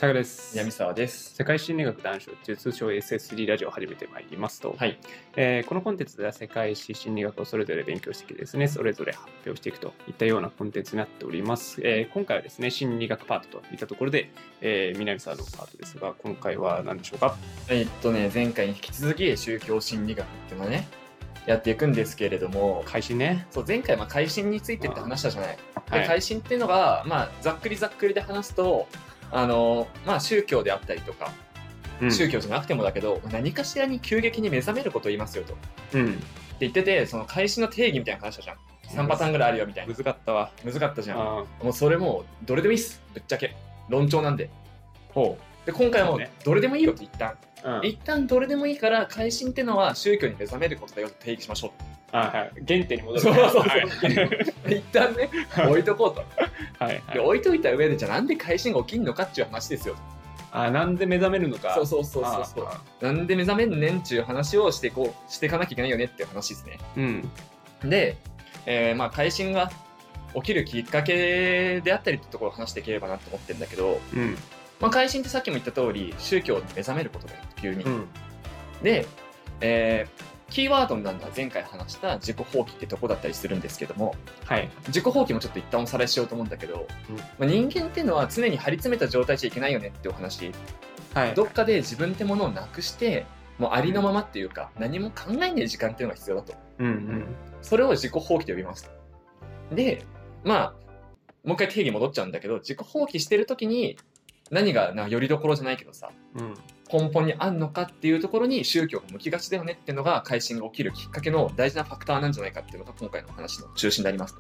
タカです。 南沢です。 世界心理学男子という通称 SSD ラジオを始めてまいりますと、 はい。 このコンテンツでは世界史心理学をそれぞれ勉強してきてですね、それぞれ発表していくといったようなコンテンツになっております。今回はですね、心理学パートといったところで、南沢のパートですが、今回は何でしょうか？ 前回に引き続き宗教心理学っていうのをね、やっていくんですけれども、 改心ね。 そう、前回改心についてって話したじゃない。 はいで、改心っていうのが、ざっくりで話すと、宗教であったりとか、宗教じゃなくてもだけど、何かしらに急激に目覚めることを言いますよと。って言ってて、その改心の定義みたいな話したじゃん。3パターンぐらいあるよみたいな。 難かったわ。 難かったじゃん。もうそれもどれでもいいっす。ぶっちゃけ。論調なんで。で、今回はもうどれでもいいよって一旦どれでもいいから改心ってのは宗教に目覚めることだよと定義しましょう。 はい。原点に戻る。 そう一旦ね、置いとこうと。で、置いといた上で、じゃあなんで改心が起きんのかっていう話ですよ。 なんで目覚めるのか。 そう。なんで目覚めんねんっていう話をしていかなきゃいけないよねっていう話ですね。で、改心が起きるきっかけであったりってところを話していければなと思ってるんだけど、改心ってさっきも言った通り、宗教に目覚めることだよ、急に。で、キーワードになるのは前回話した自己放棄ってとこだったりするんですけども、自己放棄もちょっと一旦おさらいしようと思うんだけど、人間っていうのは常に張り詰めた状態じゃいけないよねってお話、どっかで自分ってものをなくしてもうありのままっていうか、何も考えない時間っていうのが必要だと、それを自己放棄と呼びます。で、もう一回定義戻っちゃうんだけど、自己放棄してる時に何がよりどころじゃないけどさ、根本にあんのかっていうところに宗教が向きがちだよねっていうのが改心が起きるきっかけの大事なファクターなんじゃないかっていうのが今回の話の中心になります。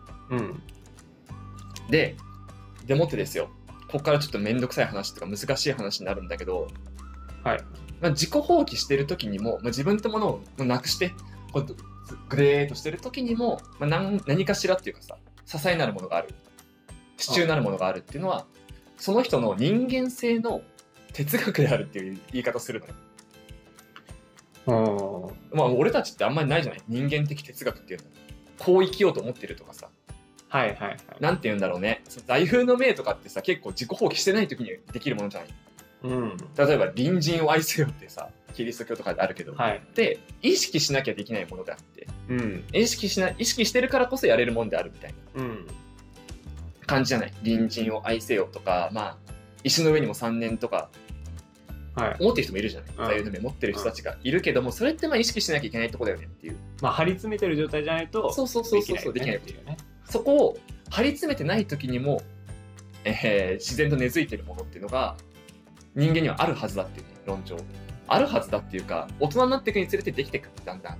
でもってですよ、ここからちょっとめんどくさい話とか難しい話になるんだけど、自己放棄してる時にも、自分ってものをなくしてグレーっとしてる時にも、何かしらっていうかさ、支えなるものがある、支柱なるものがあるっていうのは、その人の人間性の哲学であるっていう言い方するのよ。俺たちってあんまりないじゃない、人間的哲学っていうの。こう生きようと思ってるとかさ。なんて言うんだろうね。座右の銘とかってさ、結構自己放棄してない時にできるものじゃない。例えば隣人を愛せよってさ、キリスト教とかであるけど、で意識しなきゃできないものであって、意識してるからこそやれるもんであるみたいな感じじゃない。隣人を愛せよとか、石の上にも3年とか思ってる人もいるじゃない。座右の銘持ってる人たちがいるけども、それって意識しなきゃいけないとこだよねっていう。 張り詰めてる状態じゃないとできないっていうね。そこを張り詰めてない時にも、自然と根付いてるものっていうのが人間にはあるはずだっていう、論調。あるはずだっていうか、大人になっていくにつれてできてくる、だんだん。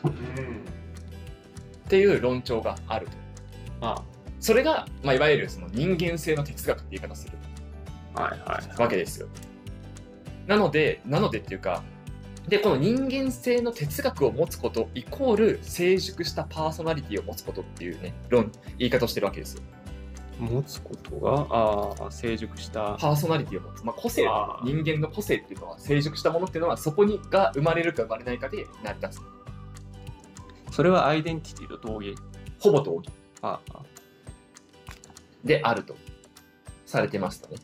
っていう論調があると。それが、いわゆるその人間性の哲学って言い方するわけですよ。なのでっていうか、で、この人間性の哲学を持つことイコール成熟したパーソナリティを持つことっていうね、言い方をしてるわけですよ。 持つことが成熟したパーソナリティを持つ、個性、人間の個性っていうのは、成熟したものっていうのはそこが生まれるか生まれないかで成り立つ。 それはアイデンティティと同義、 ほぼ同義であるとされてましたね。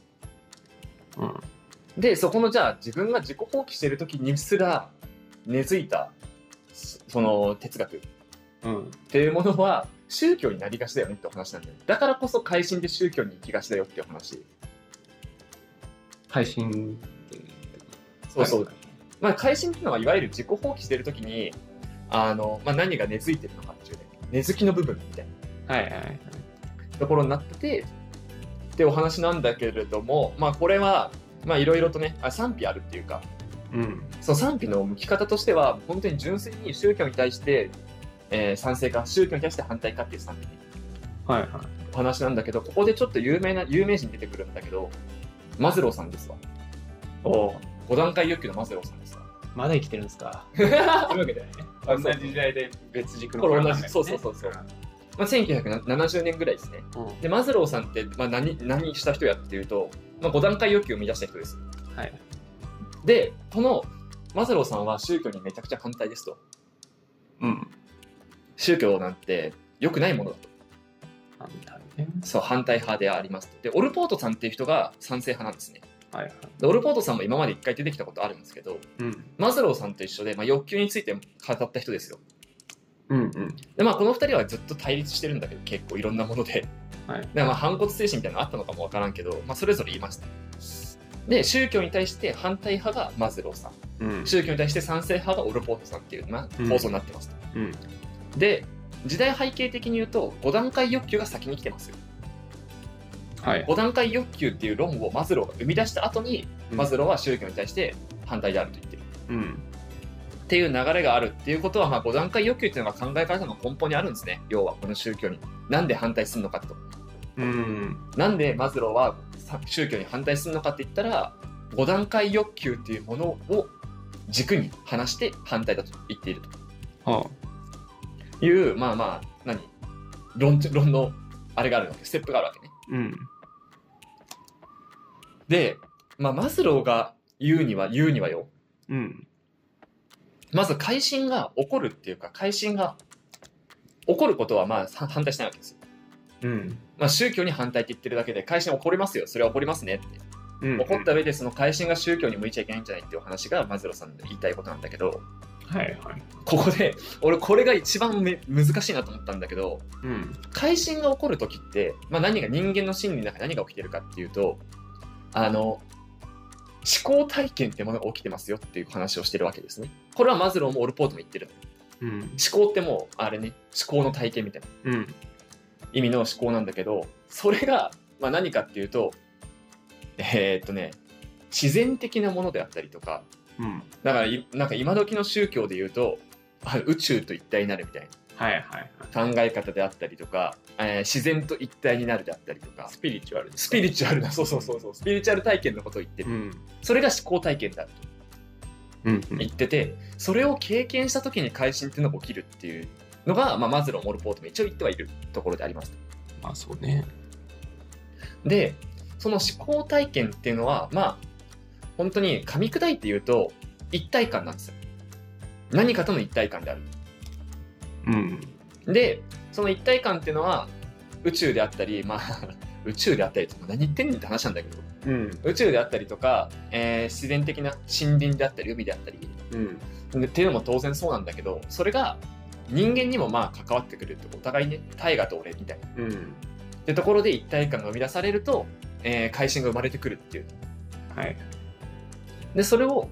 で、そこのじゃあ自分が自己放棄している時にすら根付いたその哲学っていうものは宗教になりがちだよねってお話なんだよ。だからこそ改心で宗教に行きがちだよっていう話。 改心改心っていうのはいわゆる自己放棄している時に何が根付いてるのかっていうね、根付きの部分みたいなところになっててってお話なんだけれども、これはいろいろとね、賛否あるっていうか、その賛否の向き方としては本当に純粋に宗教に対して、賛成か宗教に対して反対かっていう賛否、お話なんだけど、ここでちょっと有名人出てくるんだけど、マズローさんですわ。5段階欲求のマズローさんですわ。 まだ生きてるんですか？そういうわけだよね。同じ時代で別軸のこれ同じ、そう1970年ぐらいですね。で、マズローさんって、何した人やっていうと、5段階欲求を生み出した人です。で、このマズローさんは宗教にめちゃくちゃ反対ですと。宗教なんて良くないものだと。反対派でありますと。で、オルポートさんっていう人が賛成派なんですね。 はいはい、 でオルポートさんも今まで1回出てきたことあるんですけど、マズローさんと一緒で、欲求について語った人ですよ。でこの2人はずっと対立してるんだけど、結構いろんなもので、で反骨精神みたいなのあったのかもわからんけど、それぞれ言いました。で宗教に対して反対派がマズローさん、宗教に対して賛成派がオルポートさんっていう構造になってますと。で時代背景的に言うと5段階欲求が先に来てますよ。5段階欲求っていう論をマズローが生み出した後に、マズローは宗教に対して反対であると言ってる、っていう流れがあるっていうことは、5段階欲求っていうのが考え方の根本にあるんですね。要はこの宗教になんで反対するのかと、なんでマズローは宗教に反対するのかって言ったら、5段階欲求っていうものを軸に話して反対だと言っていると、いう、論のあれがあるわけ、ステップがあるわけね。で、マズローが言うにはよ、まず改心が起こるっていうか、改心が起こることは反対しないわけですよ。宗教に反対って言ってるだけで改心起こりますよ、それは起こりますねって、起こった上でその改心が宗教に向いちゃいけないんじゃないっていう話がマズローさんの言いたいことなんだけど、ここで俺これが一番難しいなと思ったんだけど、改心が起こる時って、何が人間の心理の中で何が起きてるかっていうと、思考体験ってものが起きてますよっていう話をしてるわけですね。これはマズローもオルポートも言ってる、思考ってもうあれね、思考の体験みたいな、意味の思考なんだけど、それが何かっていうと自然的なものであったりとか、だから今時の宗教で言うと宇宙と一体になるみたいな考え方であったりとか、自然と一体になるであったりとか、 スピリチュアルなスピリチュアル体験のことを言ってる、それが思考体験であると言ってて、それを経験した時に改心っていうのが起きるっていうのが、マズロー、モルポートも一応言ってはいるところであります。 そうね。 でその思考体験っていうのは本当に噛み砕いて言うと一体感なんですよ。何かとの一体感である。でその一体感っていうのは宇宙であったり、宇宙であったりとか何言ってんねんって話なんだけど、宇宙であったりとか、自然的な森林であったり海であったり、っていうのも当然そうなんだけど、それが人間にも関わってくるって、お互いね、大河と俺みたいな、ってところで一体感が生み出されると、改心が生まれてくるっていう。でそれを、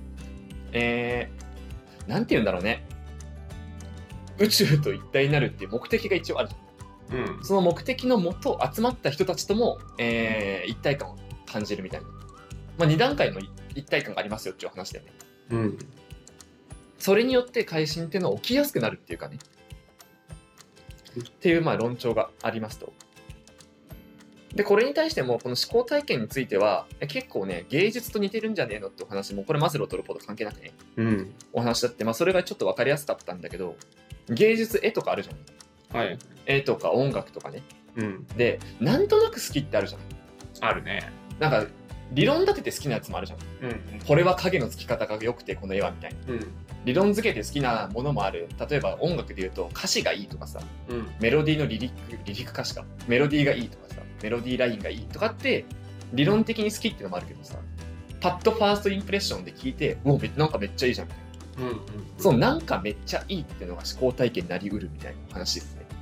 なんて言うんだろうね、宇宙と一体になるっていう目的が一応あるじゃん。その目的のもと集まった人たちとも、一体感を感じるみたいな、2段階の一体感がありますよっていう話だよね。それによって改心っていうのは起きやすくなるっていうかね、っていう論調がありますと。でこれに対してもこの思考体験については結構ね、芸術と似てるんじゃねえのってお話も、これマズローとオルポート関係なくね、お話だって、それがちょっと分かりやすかったんだけど、芸術、絵とかあるじゃん。絵とか音楽とかね。でなんとなく好きってあるじゃん。 あるね。 なんか理論立てて好きなやつもあるじゃん。これは影のつき方が良くてこの絵はみたいな、理論付けて好きなものもある。例えば音楽で言うと歌詞がいいとかさ、メロディーのリリック歌詞か、メロディーがいいとかさ、メロディーラインがいいとかって理論的に好きっていうのもあるけどさ、パッとファーストインプレッションで聞いて、なんかめっちゃいいじゃんみたいな、そのなんかめっちゃいいっていうのが思考体験になりうるみたいな話ですね。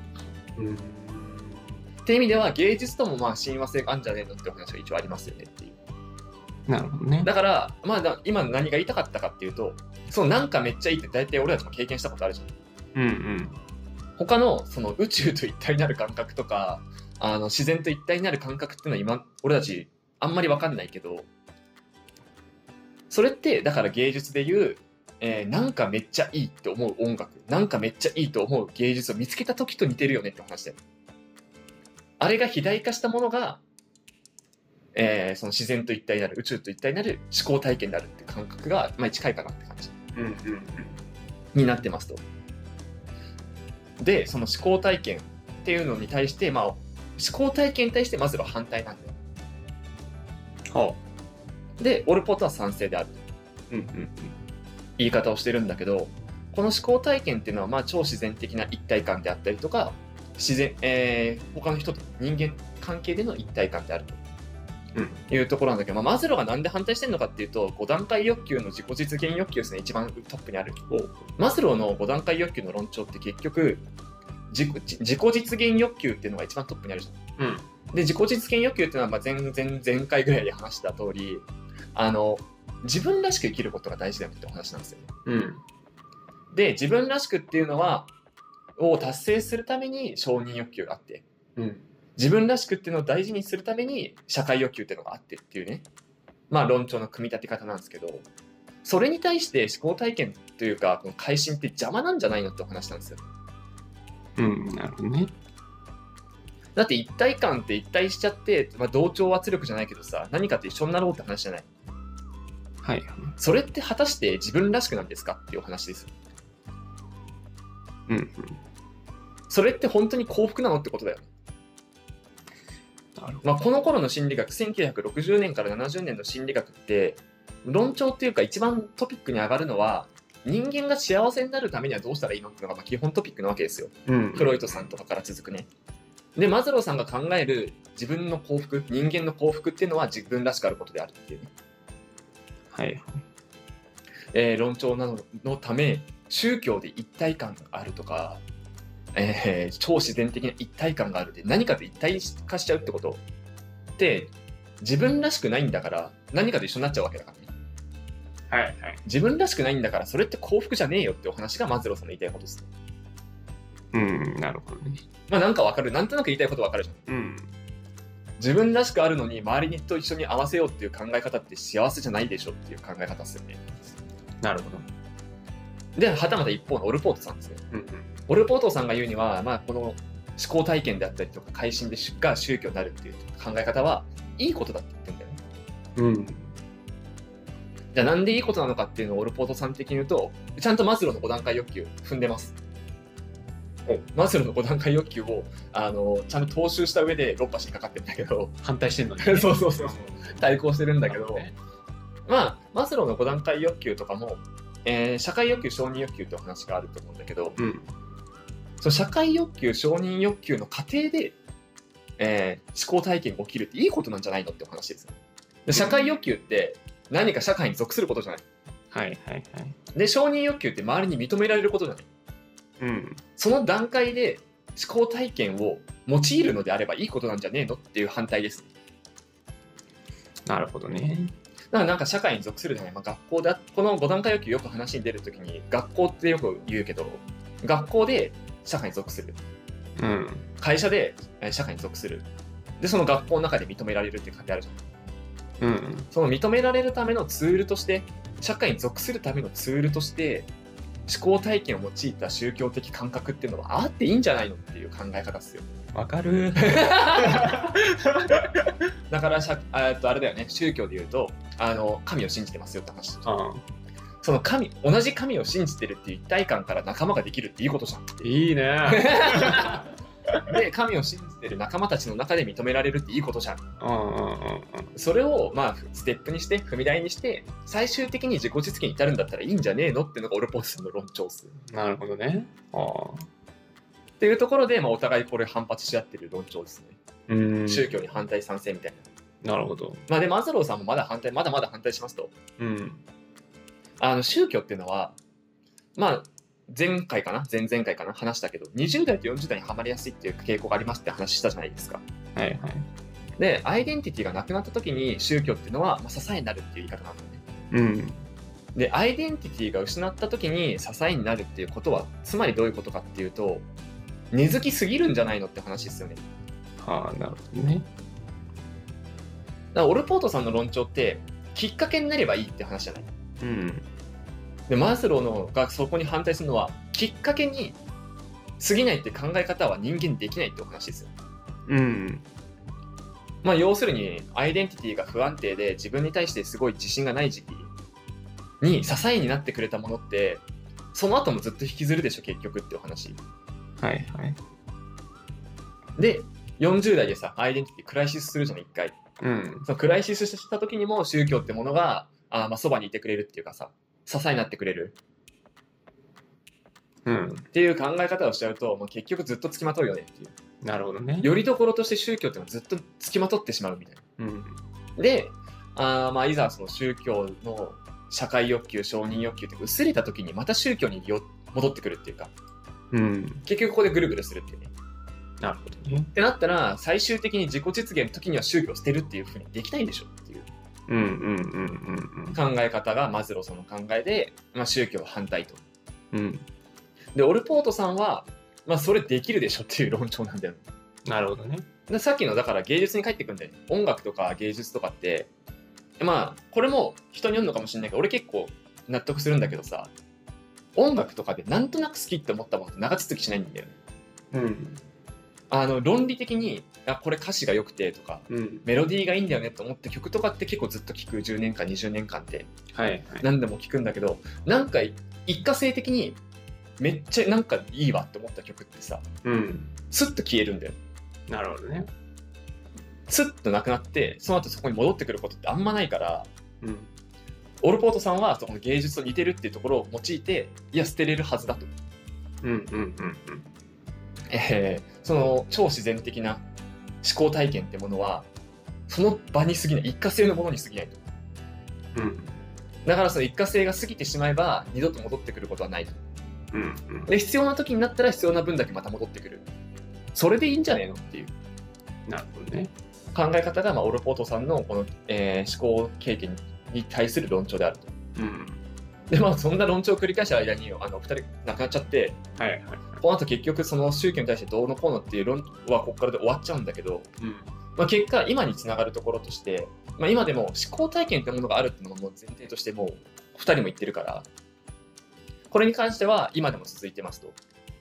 っていう意味では芸術とも親和性があるんじゃねえのってお話が一応ありますよねっていう。 なるほどね。 だから今何が言いたかったかっていうと、そのなんかめっちゃいいって大体俺たちも経験したことあるじゃん。他のその宇宙と一体になる感覚とか、自然と一体になる感覚っていうのは今俺たちあんまり分かんないけど、それってだから芸術でいうなんかめっちゃいいって思う音楽、なんかめっちゃいいと思う芸術を見つけた時と似てるよねって話だよ。あれが肥大化したものが、その自然と一体になる、宇宙と一体になる思考体験になるって感覚が、近いかなって感じ、になってますと。でその思考体験っていうのに対して、思考体験に対してまずは反対なんだよ。でオルポートは賛成である、言い方をしてるんだけど、この思考体験っていうのは超自然的な一体感であったりとか、他の人と人間関係での一体感であるというところなんだけど、マズローがなんで反対してるのかっていうと、5段階欲求の自己実現欲求ですね、一番トップにある。マズローの5段階欲求の論調って結局、自己実現欲求っていうのが一番トップにあるじゃん。で、自己実現欲求っていうのは前回ぐらいで話した通り、自分らしく生きることが大事だよってお話なんですよね。で、自分らしくっていうのは、を達成するために承認欲求があって、自分らしくっていうのを大事にするために社会欲求っていうのがあってっていうね、論調の組み立て方なんですけど、それに対して思考体験というか、この改心って邪魔なんじゃないのってお話なんですよ。 なるほどね。 だって一体感って一体しちゃって、同調圧力じゃないけどさ、何かと一緒になろうって話じゃない。それって果たして自分らしくなんですかっていうお話です。それって本当に幸福なのってことだよね。この頃の心理学、1960年から70年の心理学って論調っていうか一番トピックに上がるのは、人間が幸せになるためにはどうしたらいいのっていうのが基本トピックなわけですよ。フロイトさんとかから続くね。で、マズローさんが考える自分の幸福、人間の幸福っていうのは自分らしくあることであるっていうね。論調などのため、宗教で一体感があるとか、超自然的な一体感があるって何かと一体化しちゃうってことって自分らしくないんだから何かと一緒になっちゃうわけだからね。自分らしくないんだからそれって幸福じゃねえよってお話がマズローさんの言いたいことです。 なるほどね。 なんかわかる、なんとなく言いたいことわかるじゃん。自分らしくあるのに周りと一緒に合わせようっていう考え方って幸せじゃないでしょっていう考え方ですよね。 なるほど。 で、はたまた一方のオルポートさんですね。オルポートさんが言うには、この思考体験であったりとか改心が宗教になるっていう考え方はいいことだって言ってるんだよね。じゃあなんでいいことなのかっていうのをオルポートさん的に言うと、ちゃんとマズローの5段階欲求踏んでます。マズローの5段階欲求をちゃんと踏襲した上で論破しにかかってるんだけど、 反対してるのに、 そう対抗してるんだけど、マズローの5段階欲求とかも、社会欲求承認欲求ってお話があると思うんだけど、その社会欲求承認欲求の過程で、思考体験が起きるっていいことなんじゃないのってお話です。で、社会欲求って何か社会に属することじゃない。で、承認欲求って周りに認められることじゃない。その段階で思考体験を用いるのであればいいことなんじゃねえのっていう反対です。 なるほどね。 だからなんか社会に属するじゃない、学校でこの5段階欲求よく話に出るときに学校ってよく言うけど、学校で社会に属する、会社で社会に属する、でその学校の中で認められるっていう感じあるじゃん。その認められるためのツールとして、社会に属するためのツールとして思考体験を用いた宗教的感覚っていうのはあっていいんじゃないのっていう考え方ですよ。 わかる。 だからあれだよね、宗教で言うと神を信じてますよって話。その同じ神を信じてるっていう一体感から仲間ができるっていいことじゃん。 いいね。 で、神を信じてる仲間たちの中で認められるっていいことじゃん。それをステップにして踏み台にして最終的に自己実現に至るんだったらいいんじゃねえのっていうのがオルポートさんの論調です。 なるほどね。 っていうところで、お互いこれ反発し合ってる論調ですね。宗教に反対賛成みたいな。なるほど。 でマズローさんもまだまだ反対しますと。宗教っていうのは前々回かな話したけど、20代と40代にはまりやすいっていう傾向がありますって話したじゃないですか。で、アイデンティティがなくなった時に宗教っていうのは支えになるっていう言い方なんだよね。で、アイデンティティが失った時に支えになるっていうことはつまりどういうことかっていうと、根付きすぎるんじゃないのって話ですよね。 なるほどね。 だからオルポートさんの論調ってきっかけになればいいって話じゃない。でマズローがそこに反対するのは、きっかけに過ぎないって考え方は人間できないってお話ですよ。要するにアイデンティティが不安定で自分に対してすごい自信がない時期に支えになってくれたものってその後もずっと引きずるでしょ結局ってお話。で40代でさ、アイデンティティクライシスするじゃん一回。そのクライシスした時にも宗教ってものがそばにいてくれるっていうかさ、支えになってくれる、っていう考え方をしちゃうと、結局ずっとつきまとうよねっていう。 なるほどね。 よりどころとして宗教ってのはずっとつきまとってしまうみたいな。 で、まあいざその宗教の社会欲求、承認欲求って薄れた時にまた宗教に戻ってくるっていうか、結局ここでぐるぐるするっていうね。 なるほどね。 ってなったら、最終的に自己実現の時には宗教を捨てるっていうふうにできないでしょっていう考え方がマズローさんの考えで、まあ、宗教は反対と。で、オルポートさんは、まあ、それできるでしょっていう論調なんだよ。 なるほどね。 でさっきのだから芸術に帰ってくるんだよね。音楽とか芸術とかって、まあ、これも人によるのかもしれないけど、俺結構納得するんだけどさ、音楽とかでなんとなく好きって思ったものって長続きしないんだよね。論理的にこれ歌詞が良くてとか、メロディーがいいんだよねと思って曲とかって結構ずっと聴く10年間20年間って何でも聴くんだけど、なんか一過性的にめっちゃなんかいいわって思った曲ってさ、スッと消えるんだよ。 なるほどね。 スッとなくなってその後そこに戻ってくることってあんまないから、オルポートさんはそこの芸術と似てるっていうところを用いて、いや捨てれるはずだと。その超自然的な思考体験ってものはその場に過ぎない、一過性のものに過ぎないと。だからその一過性が過ぎてしまえば二度と戻ってくることはないと。で必要な時になったら必要な分だけまた戻ってくる。それでいいんじゃねえのっていう。 なるほどね。 考え方が、まあ、オルポートさんのこの、思考経験に対する論調であると。でまあそんな論調を繰り返した間に2人亡くなっちゃって、この後結局その宗教に対してどうのこうのっていう論はここからで終わっちゃうんだけど、まあ、結果今につながるところとして、まあ、今でも思考体験ってものがあるっていうのも前提としてもう2人も言ってるから、これに関しては今でも続いてますと。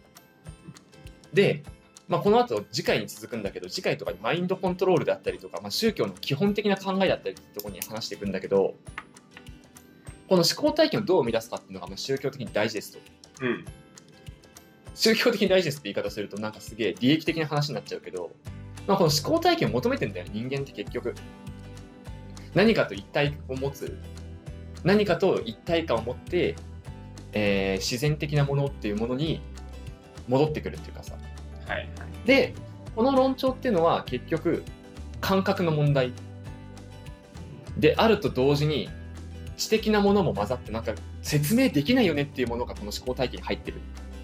で、まあ、この後次回に続くんだけど、次回とかにマインドコントロールであったりとか、まあ、宗教の基本的な考えだったりってところに話していくんだけど、この思考体験をどう生み出すかっていうのが宗教的に大事ですと。宗教的に大事ですって言い方するとなんかすげえ利益的な話になっちゃうけど、まあ、この思考体験を求めてんだよね、人間って結局。何かと一体を持つ、何かと一体感を持って、自然的なものっていうものに戻ってくるっていうかさ。で、この論調っていうのは結局感覚の問題であると同時に知的なものも混ざって、なんか説明できないよねっていうものがこの思考体験に入ってる。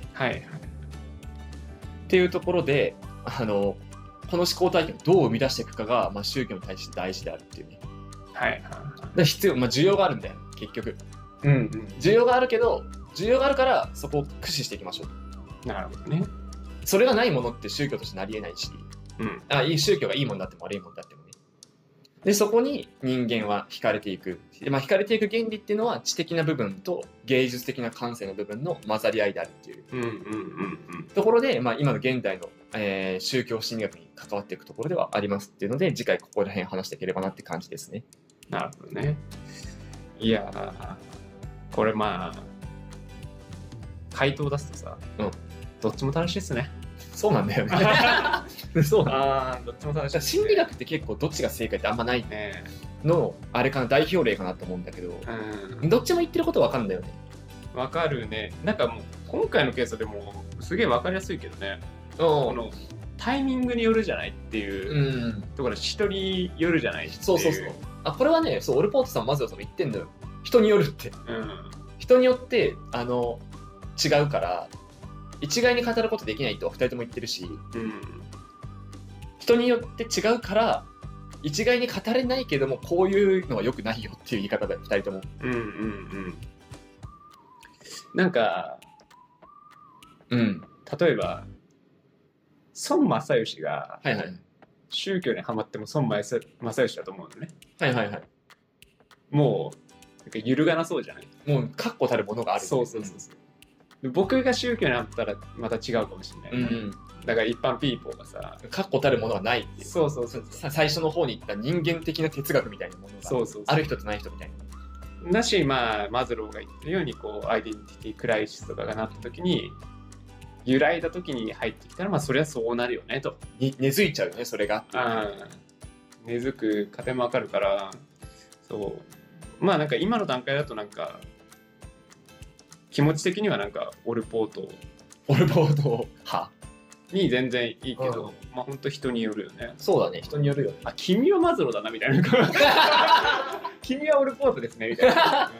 っていうところで、この思考体験をどう生み出していくかが、まあ、宗教に対して大事であるっていうね。必要、まあ、需要があるんだよ結局。需要があるけど、需要があるからそこを駆使していきましょう。 なるほどね。 それがないものって宗教としてなり得ないし、宗教がいいものだっても悪いものだってもね。でそこに人間は惹かれていく。で、まあ、惹かれていく原理っていうのは知的な部分と芸術的な感性の部分の混ざり合いであるっていうところで、まあ、今の現代の、宗教心理学に関わっていくところではありますっていうので、次回ここら辺話していければなって感じですね。 なるほどね。いやー、これまあ回答を出すとさ、どっちも楽しいっすね。 そうなんだよね。そうなんだ。 どっちも楽しい。 心理学って結構どっちが正解ってあんまないの、あれかな、代表例かなと思うんだけど、どっちも言ってること分かるんだよね。 分かるね。なんかもう今回のケースでもすげえ分かりやすいけどね。このタイミングによるじゃないっていうところ、人によるじゃないっていう。 そう。これはね、オルポートさんまずはその言ってんだよ。人によるって。人によって違うから。一概に語ることできないと2人とも言ってるし、人によって違うから一概に語れないけども、こういうのは良くないよっていう言い方だよ2人とも。 なんか、例えば孫正義が宗教にはまっても孫正義だと思うのね。もうなんか揺るがなそうじゃない。 もう確固たるものがある。 そう。僕が宗教になったらまた違うかもしれない、だから一般ピーポーがさ、 確固たるものはないっていう。 そう最初の方に言った人間的な哲学みたいなものがある人とない人みたいな。 だし、まあマズローが言ってるようにこうアイデンティティクライシスとかがなった時に、揺らいだ時に入ってきたら、まあそれはそうなるよねと。 根付いちゃうよね、それが。 根付く過程もわかるから、まあなんか今の段階だとなんか気持ち的にはなんかオルポート派に全然いいけど、まあ本当人によるよね。 そうだね、人によるよね。 あ、君はマズローだなみたいな。君はオルポートですねみたいな。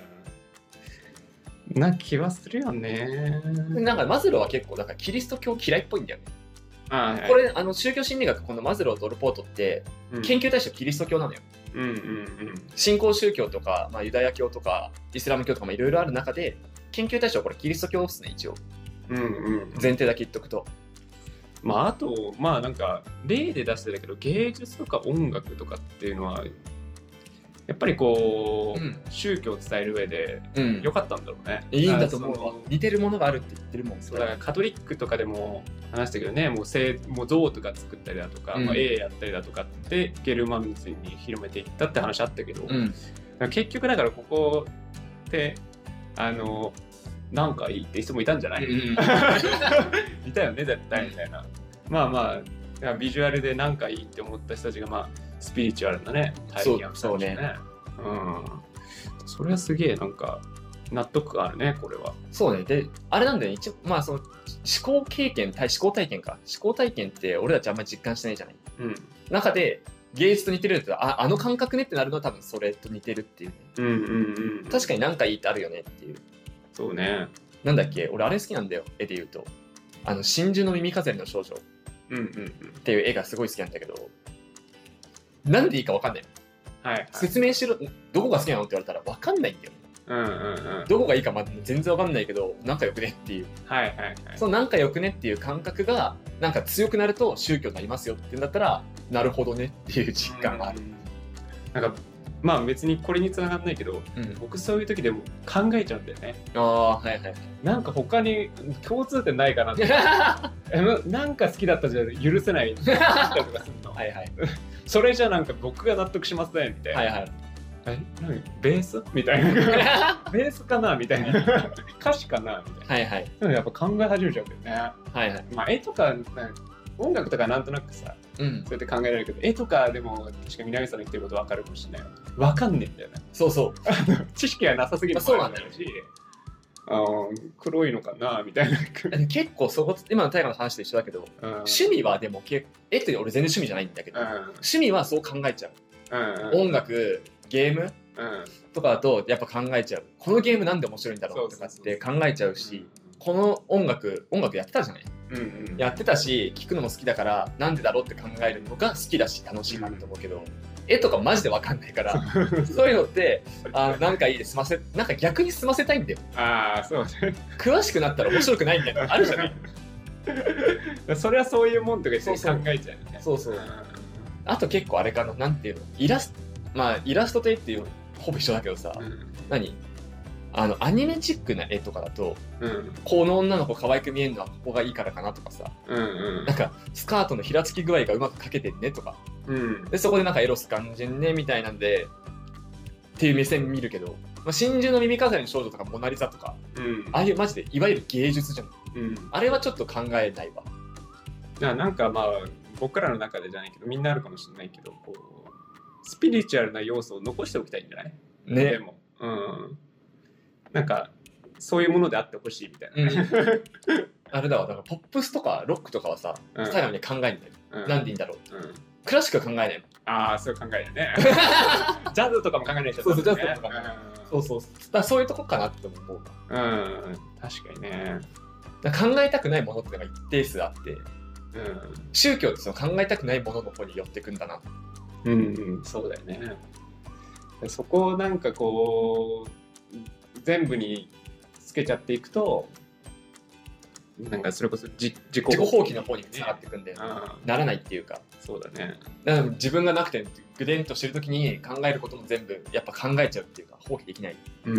な気はするよね。 なんかマズローは結構だからキリスト教嫌いっぽいんだよね。 はい、 これ宗教心理学、このマズローとオルポートって研究対象キリスト教なのよ。新興宗教とか、まあ、ユダヤ教とかイスラム教とかいろいろある中で研究対象はこれキリスト教ですね、一応。前提だけ言っとくと。 まああとまあなんか例で出してたけど、芸術とか音楽とかっていうのはやっぱりこう、宗教を伝える上で良かったんだろうね。 いいんだと思うわ。似てるものがあるって言ってるもん。 そうだからカトリックとかでも話したけどね、もう像とか作ったりだとか、まあ、絵やったりだとかってゲルマン人に広めていったって話あったけど、結局だからここってなんかいいって人もいたんじゃない？いたよね絶対みたいな。まあまあビジュアルでなんかいいって思った人たちがまあスピリチュアルなね体験をしたんですね。それはすげえなんか納得があるね、これは。 そうね。であれなんだよね、一応まあその思考体験って俺たちあんまり実感してないじゃない。中で芸術と似てるってあの感覚ねってなるのは多分それと似てるっていうね。確かになんかいいってあるよねっていう。 そうね。 なんだっけ、俺あれ好きなんだよ、絵で言うと。真珠の耳飾りの少女っていう絵がすごい好きなんだけど、なんでいいか分かんない。説明しろ、どこが好きなのって言われたら分かんないんだよ。どこがいいか全然分かんないけど、なんかよくねっていう。そのなんかよくねっていう感覚がなんか強くなると宗教になりますよっていうんだったら、なるほどねっていう実感がある。 なんかまあ別にこれに繋がんないけど、僕そういう時でも考えちゃうんだよね。なんか他に共通点ないかなって。なんか好きだったじゃ許せないとかするの。それじゃなんか僕が納得しませんみたいな。何ベースみたいな。ベースかなみたいな。歌詞かなみたいな。でもやっぱ考え始めちゃうんだよね。まあ絵とか音楽とかなんとなくさ、そうやって考えられるけど、絵とかでも確か南さんの言ってること分かるかもしれない。分かんねえんだよね。知識がなさすぎるそうなんだよし、 黒いのかなみたいな。 結構今の大河の話と一緒だけど、趣味はでも絵って俺全然趣味じゃないんだけど、趣味はそう考えちゃう。音楽、ゲームとかだとやっぱ考えちゃう。このゲームなんで面白いんだろうとかって考えちゃうし、この音楽やってたじゃない。やってたし、聴くのも好きだからなんでだろうって考えるのが好きだし楽しいなと思うけど、絵とかマジで分かんないからそういうのってなんかいいでなんか逆に済ませたいんだよ。 そうね。 詳しくなったら面白くないんだよ。あるじゃない。 それはそういうもんとか考えちゃうよね。あと結構あれかな、なんていうの、イラストと絵っていうほぼ一緒だけどさ、アニメチックな絵とかだと、この女の子可愛く見えるのはここがいいからかなとかさ、なんかスカートのひらつき具合がうまく描けてんねとか、でそこでなんかエロス感じんねみたいなんでっていう目線見るけど、真珠の耳飾りの少女とかモナリザとか、ああいうマジでいわゆる芸術じゃん。あれはちょっと考えないわ。 なんかまあ僕らの中でじゃないけど、みんなあるかもしれないけど、こうスピリチュアルな要素を残しておきたいんじゃないね。でもなんかそういうものであってほしいみたいな、 あれだわ。だからポップスとかロックとかはさ、最後に考えないんだよ。なんでいいんだろう。クラシックは考えないの。そう考えないね。ジャズとかも考えないじゃん。 ジャズとかそういうとこかなって思う。 確かにね。 考えたくないものってのが一定数あって、宗教ってその考えたくないものの方に寄ってくんだな。 そうだよね。そこをなんかこう全部につけちゃっていくと、なんかそれこそ自己放棄の方につながっていくんで、ならないっていうか。 そうだね。 だから自分がなくてぐでんとしてるときに考えることも全部やっぱ考えちゃうっていうか、放棄できない。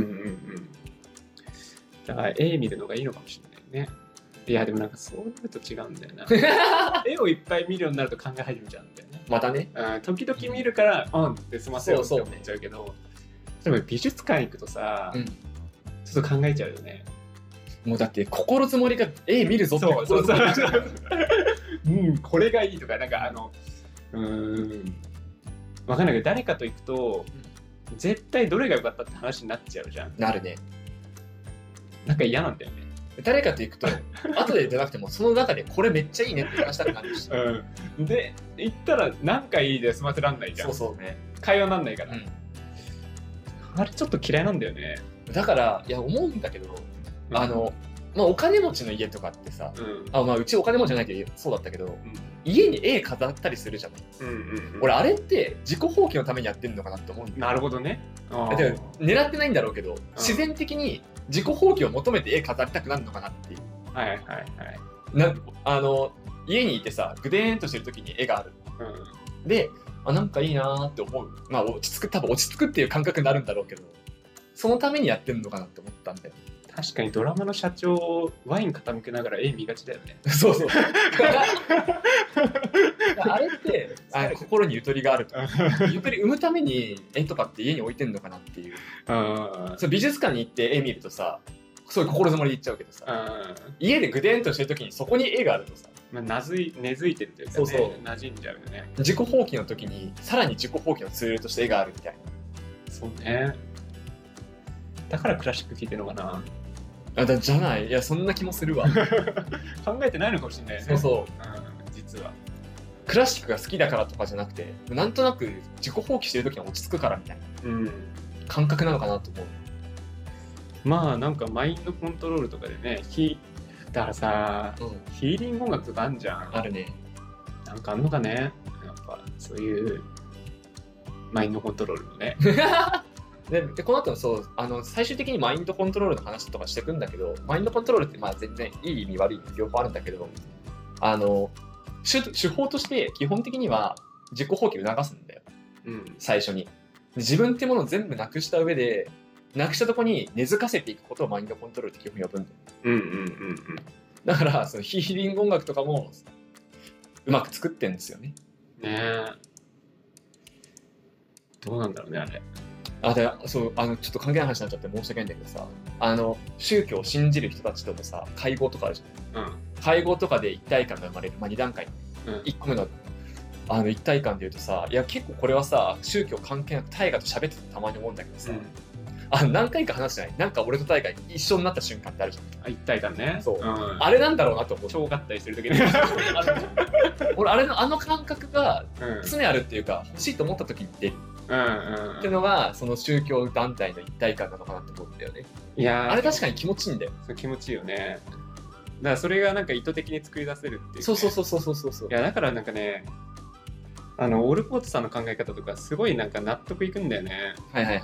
だから絵見るのがいいのかもしれないね。いやでもなんかそうなると違うんだよな。絵をいっぱい見るようになると考え始めちゃうんだよね。 またね。 時々見るからって済ませようって思っちゃうけど、例えば美術館行くとさ、ちょっと考えちゃうよね。 もうだって心づもりが絵見るぞってこれがいいとか、なんかわかんないけど、誰かと行くと、絶対どれが良かったって話になっちゃうじゃん。 なるね。 なんか嫌なんだよね。 誰かと行くと後で出なくてもその中でこれめっちゃいいねって話したくなるし、 で行ったら何かいいで済ませらんないじゃん。 そうね、 会話なんないから、あれちょっと嫌いなんだよね。 だからいや思うんだけど、お金持ちの家とかってさ、うちお金持ちじゃないけどそうだったけど、家に絵飾ったりするじゃない。俺あれって自己放棄のためにやってんのかなって思うんだよ。 なるほどね。 狙ってないんだろうけど、自然的に自己放棄を求めて絵飾りたくなるのかなっていう。家にいてさぐでーんとしてる時に絵がある、でなんかいいなーって思う。落ち着くっていう感覚になるんだろうけど、そのためにやってんのかなって思ったんだよ。 確かにドラマの社長ワイン傾けながら絵見がちだよね。 そうあれって心にゆとりがあるとゆとり生むために絵とかって家に置いてんのかなっていう。そう美術館に行って絵見るとさそういう心づもりで言っちゃうけどさ、家でぐでんとしてる時にそこに絵があるとさ、根付いてるというかね、馴染んじゃうよね。自己放棄の時にさらに自己放棄のツールとして絵があるみたいな。 そうね。だからクラシック聴いてるのかな。 じゃない、いやそんな気もするわ考えてないのかもしれないね。実はクラシックが好きだからとかじゃなくて、なんとなく自己放棄してる時に落ち着くからみたいな、感覚なのかなと思う。 なんかマインドコントロールとかでね、だからさ、ヒーリング音楽とかあんじゃん。 あるね。 なんかあんのかね、やっぱそういうマインドコントロールのねでこの後も最終的にマインドコントロールの話とかしていくんだけど、マインドコントロールって全然いい意味悪い意味両方あるんだけど、手法として基本的には自己放棄を促すんだよ、最初に。自分ってものを全部なくした上で、なくしたとこに根付かせていくことをマインドコントロールって基本呼ぶんだよ。だからそのヒーリング音楽とかもうまく作ってんですよね。 どうなんだろうねあれ。 ちょっと関係ない話になっちゃって申し訳ないんだけどさ、宗教を信じる人たちとのさ会合とかあるじゃん、会合とかで一体感が生まれる、2段階、1個目の一体感でいうとさ、いや結構これはさ宗教関係なく大河と喋ってたまに思うんだけどさ、何回か話してない、なんか俺と大河一緒になった瞬間ってあるじゃん。 一体感ね。 そう、あれなんだろうなと思う。 超合体してる時に俺あの感覚が常にあるっていうか、欲しいと思った時に出るっていうのがその宗教団体の一体感なのかなって思うんだよね。 いやあれ確かに気持ちいいんだよ。 気持ちいいよね。だからそれがなんか意図的に作り出せるっていう、ね、 そう。いやだからなんかね、オールポートさんの考え方とかすごいなんか納得いくんだよね。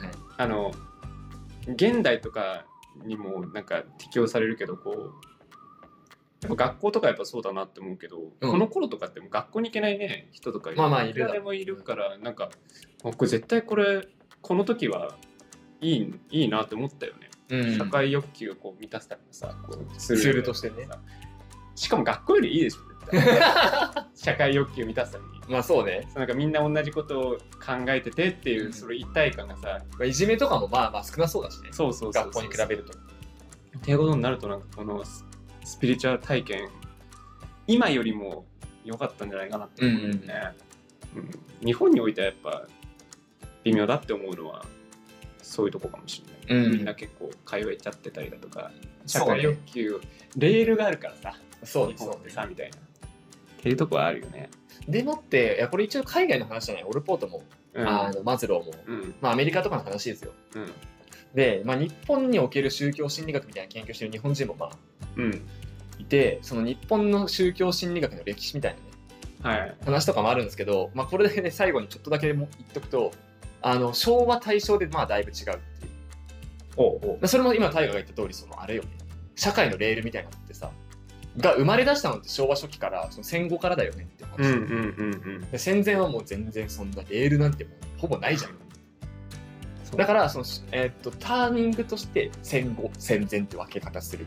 現代とかにもなんか適用されるけど、やっぱ学校とかやっぱそうだなって思うけど、この頃とかっても学校に行けないね人とかいくらでもいるから、なんかこれ絶対この時はいいなって思ったよね。社会欲求を満たすためのさツールとしてね。 しかも学校よりいいでしょ社会欲求を満たすために。 そうね。 なんかみんな同じことを考えててっていう、その一体感がさ、 いじめとかも少なそうだしね。学校に比べると。 っていうことになると、なんかこのスピリチュアル体験今よりも良かったんじゃないかなって思うよね。日本においてはやっぱ微妙だって思うのはそういうとこかもしれない。みんな結構通えちゃってたりだとか、社会欲求、レールがあるからさ、日本ってさみたいなっていうとこはあるよね。 でもっていやこれ一応海外の話じゃない。オルポートも、マズローも、アメリカとかの話ですよ。で、日本における宗教心理学みたいな研究してる日本人もいて、その日本の宗教心理学の歴史みたいなね、話とかもあるんですけど、これだけで最後にちょっとだけ言っとくと、昭和大正でだいぶ違うっていう。それも今大河が言った通り、あれよね、社会のレールみたいなのってさが生まれ出したのって昭和初期から戦後からだよねって話。で戦前はもう全然そんなレールなんてもうほぼないじゃん。だからターニングとして戦後戦前って分け方する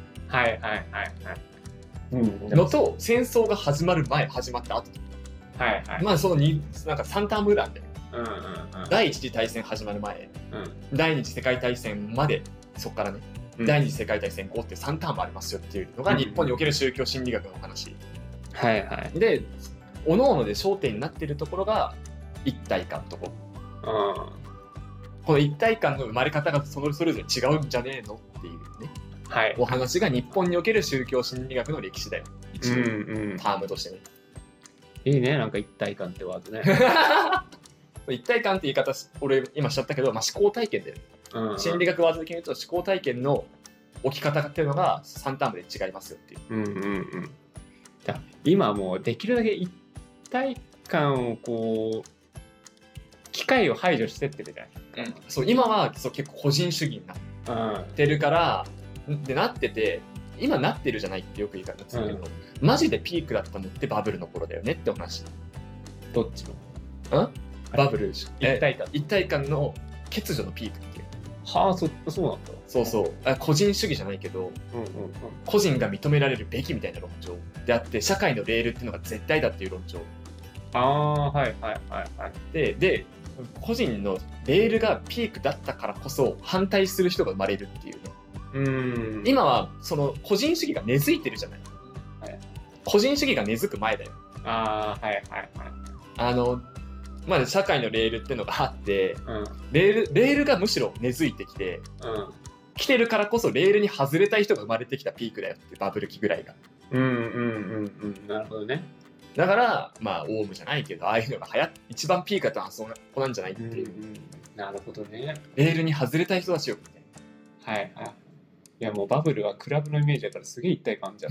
のと、戦争が始まる前始まった後とそのなんか3ターンぐらいあるんだよ。第一次大戦始まる前、第二次世界大戦まで、そこからね、第二次世界大戦後って3ターンもありますよっていうのが日本における宗教心理学の話。で、各々で焦点になっているところが一体感とこの一体感の生まれ方がそれぞれ違うんじゃねえのっていうね。 お話が日本における宗教心理学の歴史だよ。一応、タームとしてね。 いいね、なんか一体感ってワードね。 一体感って言い方、俺今しちゃったけど、思考体験で、心理学ワード的に言うと思考体験の置き方っていうのが3タームで違いますよっていう。 今もうできるだけ一体感をこう機械を排除してってるじゃない。 そう今は結構個人主義になってるから、でなってて、今なってるじゃないってよく言い方するけど、マジでピークだったのってバブルの頃だよねってお話。 どっちの？ バブル一体感の欠如のピークっていう。 はあ、そうなんだ。 そう個人主義じゃないけど、個人が認められるべきみたいな論調であって、社会のレールっていうのが絶対だっていう論調。で個人のレールがピークだったからこそ反対する人が生まれるっていうね。今はその個人主義が根付いてるじゃない。個人主義が根付く前だよ。まだ社会のレールっていうのがあって、レールがむしろ根付いてきて、来てるからこそレールに外れたい人が生まれてきたピークだよって、バブル期ぐらいが。 なるほどね。 だからオウムじゃないけど、ああいうのが一番ピークだったのはそこなんじゃないっていう。 なるほどね。 レールに外れたい人たちよみたいな。いやもうバブルはクラブのイメージだからすげえ一体感じゃ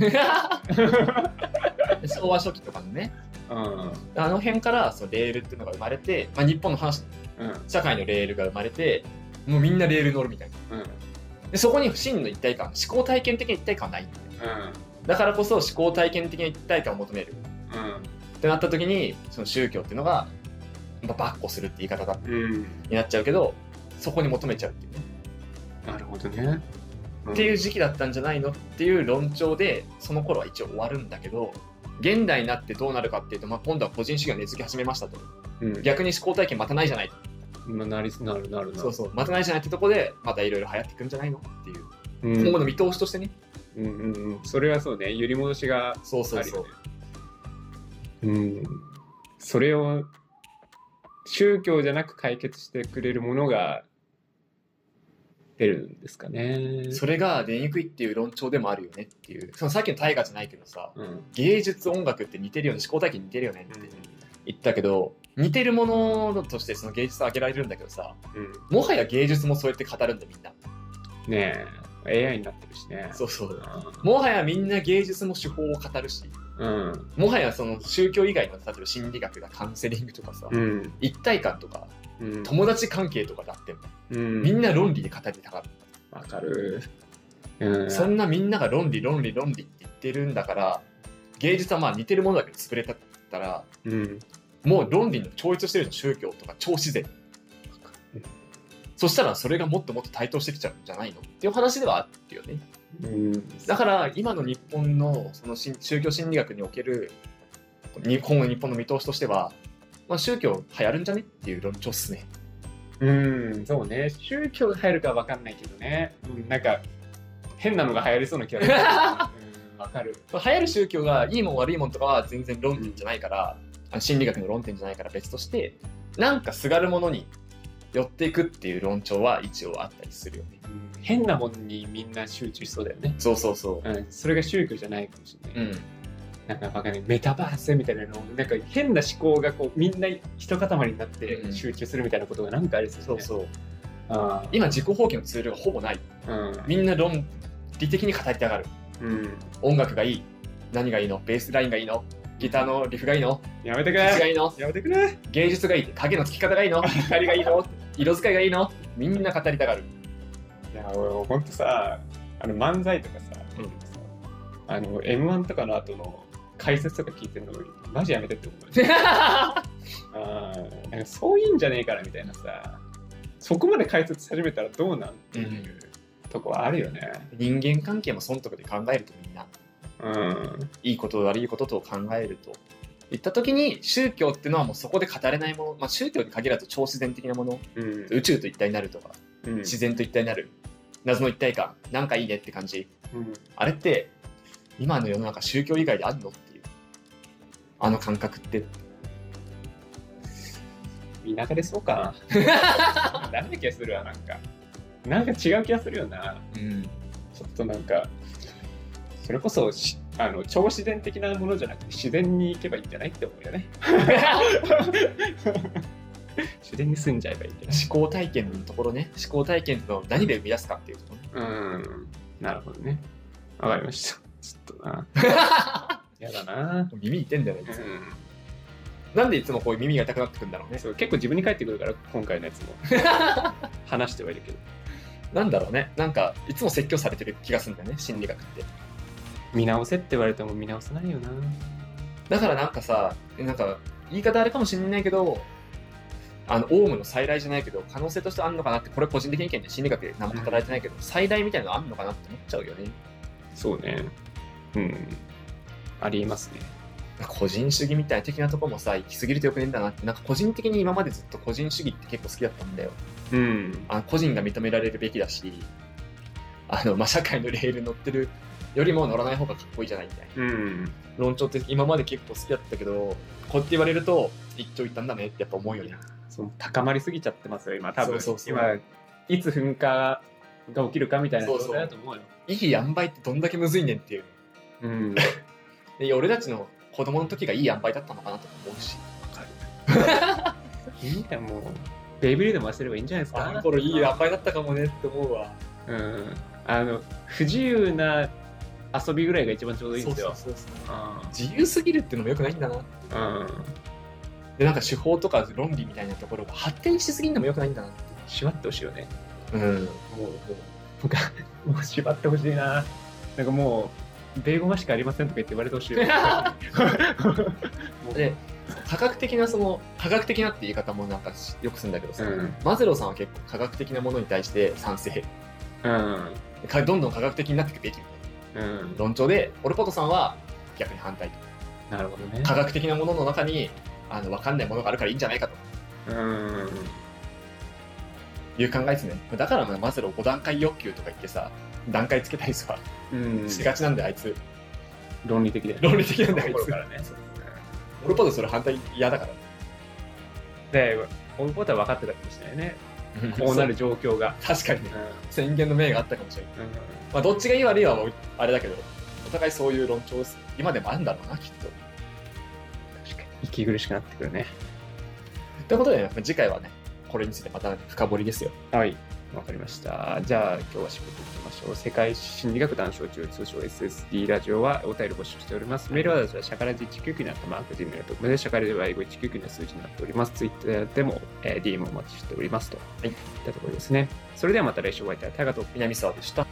ん。 昭和初期とかのね。あの辺からそのレールっていうのが生まれて、日本の話、社会のレールが生まれて、もうみんなレール乗るみたいな。でそこに真の一体感、思考体験的な一体感はないんだよ。だからこそ思考体験的な一体感を求める。ってなった時に、その宗教っていうのがバッコするって言い方になっちゃうけど、そこに求めちゃうっていうね。 なるほどね。 っていう時期だったんじゃないのっていう論調で、その頃は一応終わるんだけど、現代になってどうなるかっていうと、今度は個人主義が根付き始めましたと。逆に思考体験またないじゃないと。 なる。 そうまたないじゃないってとこで、またいろいろ流行っていくんじゃないのっていう、今後の見通しとしてね。 それはそうね、揺り戻しがあるよね。それを宗教じゃなく解決してくれるものが出るんですかね。 それが出にくいっていう論調でもあるよねっていう。そのさっきの大河じゃないけどさ、芸術音楽って似てるよね、思考体験似てるよねって言ったけど、似てるものとしてその芸術は挙げられるんだけどさ、もはや芸術もそうやって語るんだみんな。 ねえ、AI になってるしね。 もはやみんな芸術も手法を語るし、もはやその宗教以外の例えば心理学だ、カウンセリングとかさ、一体感とか、友達関係とかだっても、みんな論理で語りたがる。 わかる。 そんなみんなが論理って言ってるんだから、芸術は似てるものだけど作れたったら、もう論理の超越してるじゃん、宗教とか超自然。そしたらそれがもっともっと台頭してきちゃうんじゃないのっていう話ではあるよね。だから今の日本のその宗教心理学における今後日本の見通しとしては、宗教流行るんじゃねっていう論調っすね。 そうね。宗教が流行るか分かんないけどね。なんか変なのが流行りそうな気がする。わかる。 流行る宗教がいいもん悪いもんとかは全然論点じゃないから、心理学の論点じゃないから別として、なんかすがるものに寄っていくっていう論調は一応あったりするよね。 変なもんにみんな集中しそうだよね。 そう、 それが宗教じゃないかもしれない。なんかわかんない、メタバースみたいなの、なんか変な思考がこうみんな一塊になって集中するみたいなことがなんかありそうですね。 今自己放棄のツールがほぼない。みんな論理的に語りたがる。音楽がいい、何がいいの、ベースラインがいいの、ギターのリフがいいの、 やめてくれ、 がいいの、やめてくれ、芸術がいい、影のつき方がいいの、光がいいの、色使いがいいの、みんな語りたがる。 いや俺ほんとさ、漫才とかさ、M1 とかの後の解説とか聞いてるのマジやめてって思う。なんかそういうんじゃねえからみたいなさ、そこまで解説始めたらどうなんっていうとこはあるよね。 人間関係も損得で考えるとみんな、いいこと悪いことと考えるといった時に、宗教っていうのはもうそこで語れないもの、宗教に限らず超自然的なもの、宇宙と一体になるとか、自然と一体になる謎の一体感、なんかいいねって感じ、あれって今の世の中宗教以外であるのっていう、あの感覚って見流れそうかな。ダメな気がするわ。なんか違う気がするよな。 ちょっとなんかそれこそ超自然的なものじゃなくて自然に行けばいいんじゃないって思うよね。自然に住んじゃえばいいんじゃない。 思考体験のところね。思考体験の何で生み出すかっていうところね。なるほどね。わかりました。ちょっとな。やだな。 耳痛いんだよね。なんでいつもこういう耳が痛くなってくるんだろうね。 そう結構自分に返ってくるから今回のやつも話してはいるけど。 なんだろうね。なんかいつも説教されてる気がするんだよね、心理学って。 見直せって言われても見直せないよな。 だからなんかさ、なんか言い方あれかもしれないけど、オウムの再来じゃないけど、可能性としてあるのかなって、これ個人的意見で心理学で何も語られてないけど、再来みたいなのあるのかなって思っちゃうよね。 そうね。ありえますね。 個人主義みたいな的なところもさ、行き過ぎるとよくねえんだなって、なんか個人的に今までずっと個人主義って結構好きだったんだよ。個人が認められるべきだし、社会のレールに乗ってるよりも乗らない方がかっこいいじゃないみたいな、論調って今まで結構好きだったけど、こうやって言われると一長一短だねってやっぱ思うよね。 そう高まりすぎちゃってますよ今多分。 そう今いつ噴火が起きるかみたいな状態だと思うよ。 いい塩梅ってどんだけむずいねんっていう、で俺たちの子供の時がいい塩梅だったのかなと思うし。 わかる。いいやもうベイブリード回せればいいんじゃないですか。 あの頃いい塩梅だったかもねって思うわ。 不自由な遊びぐらいが一番ちょうどいいんですよ。 自由すぎるっていうのもよくないんだな。でなんか手法とか論理みたいなところが発展しすぎるのもよくないんだなって。 縛ってほしいよね。もう縛ってほしいな。なんかもうベーゴマしかありませんとか言って言われてほしいよ。 で科学的なって言い方もなんかよくするんだけどさ、マズローさんは結構科学的なものに対して賛成。どんどん科学的になっていくべきみたいな、論調で、オルポトさんは逆に反対と。 なるほどね。 科学的なものの中に分かんないものがあるからいいんじゃないかという考えですね。だからマズロー5段階欲求とか言ってさ、段階つけたりさ、しがちなんであいつ。 論理的で。 論理的なんであいつ。オルポトそれ反対嫌だから。 で、オルポトは分かってたかもしれないね。こうなる状況が。 確かに、宣言の命があったかもしれない。どっちがいい悪いはあれだけど、お互いそういう論調今でもあるんだろうな、きっと。 確かに息苦しくなってくるね。 ということで、次回はね、これについてまた深掘りですよ。 はい、わかりました。じゃあ今日は締めていきましょう。世界心理学談笑中、通称 SSD ラジオはお便り募集しております。メールアドレスはシャカラジ199になったマーク Gmail.com で、シャカラジは英語199の数字になっております。Twitter でも、DM お待ちしておりますと。いったところですね。それではまた来週お会いいたい。タイガと南沢でした。